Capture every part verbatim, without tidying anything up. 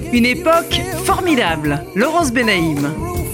Une époque formidable. Laurence Benaïm.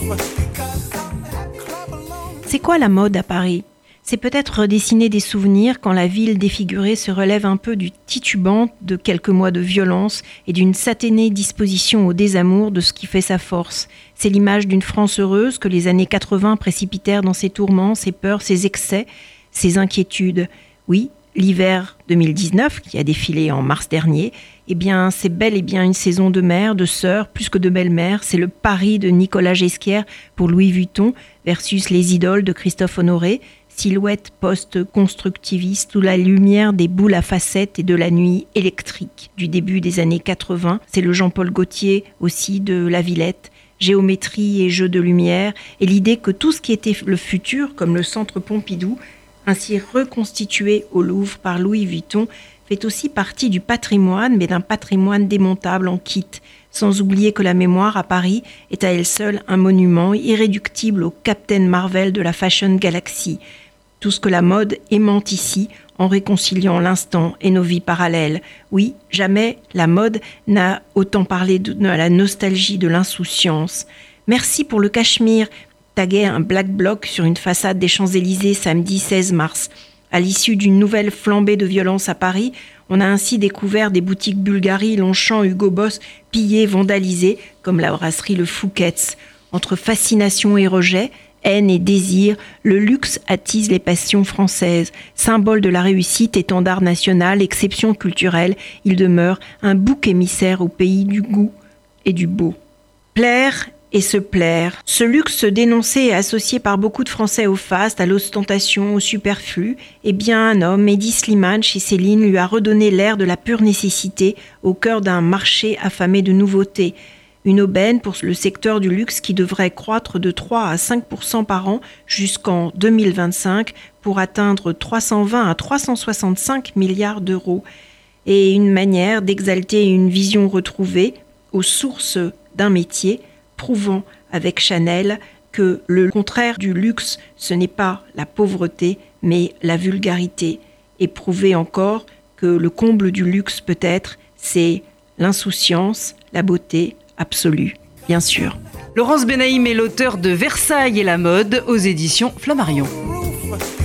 C'est quoi la mode à Paris ? C'est peut-être redessiner des souvenirs quand la ville défigurée se relève un peu du titubant de quelques mois de violence et d'une satanée disposition au désamour de ce qui fait sa force. C'est l'image d'une France heureuse que les années quatre-vingts précipitèrent dans ses tourments, ses peurs, ses excès, ses inquiétudes. Oui, l'hiver deux mille dix-neuf, qui a défilé en mars dernier, eh bien, c'est bel et bien une saison de mère, de sœur, plus que de belle-mère. C'est le Paris de Nicolas Ghesquière pour Louis Vuitton versus les idoles de Christophe Honoré. Silhouette post-constructiviste sous la lumière des boules à facettes et de la nuit électrique du début des années quatre-vingts. C'est le Jean-Paul Gaultier aussi de La Villette. Géométrie et jeu de lumière et l'idée que tout ce qui était le futur, comme le centre Pompidou, ainsi reconstitué au Louvre par Louis Vuitton, fait aussi partie du patrimoine, mais d'un patrimoine démontable en kit, sans oublier que la mémoire à Paris est à elle seule un monument irréductible au Captain Marvel de la Fashion Galaxy. Tout ce que la mode aimante ici, en réconciliant l'instant et nos vies parallèles. Oui, jamais la mode n'a autant parlé de la nostalgie de l'insouciance. Merci pour le Cachemire, taguait un black bloc sur une façade des Champs-Élysées samedi seize mars. À l'issue d'une nouvelle flambée de violence à Paris, on a ainsi découvert des boutiques Bulgarie, Longchamp, Hugo Boss pillées, vandalisées, comme la brasserie Le Fouquet's. Entre fascination et rejet, haine et désir, le luxe attise les passions françaises. Symbole de la réussite, étendard national, exception culturelle, il demeure un bouc émissaire au pays du goût et du beau. Plaire et se plaire. Ce luxe dénoncé et associé par beaucoup de Français au faste, à l'ostentation, au superflu, eh bien un homme, Mehdi Slimane, chez Céline, lui a redonné l'air de la pure nécessité au cœur d'un marché affamé de nouveautés. Une aubaine pour le secteur du luxe qui devrait croître de trois à cinq pour cent par an jusqu'en deux mille vingt-cinq pour atteindre trois cent vingt à trois cent soixante-cinq milliards d'euros. Et une manière d'exalter une vision retrouvée aux sources d'un métier, prouvant avec Chanel que le contraire du luxe, ce n'est pas la pauvreté, mais la vulgarité. Et prouver encore que le comble du luxe peut-être, c'est l'insouciance, la beauté absolue, bien sûr. Laurence Benaïm est l'auteur de Versailles et la mode aux éditions Flammarion.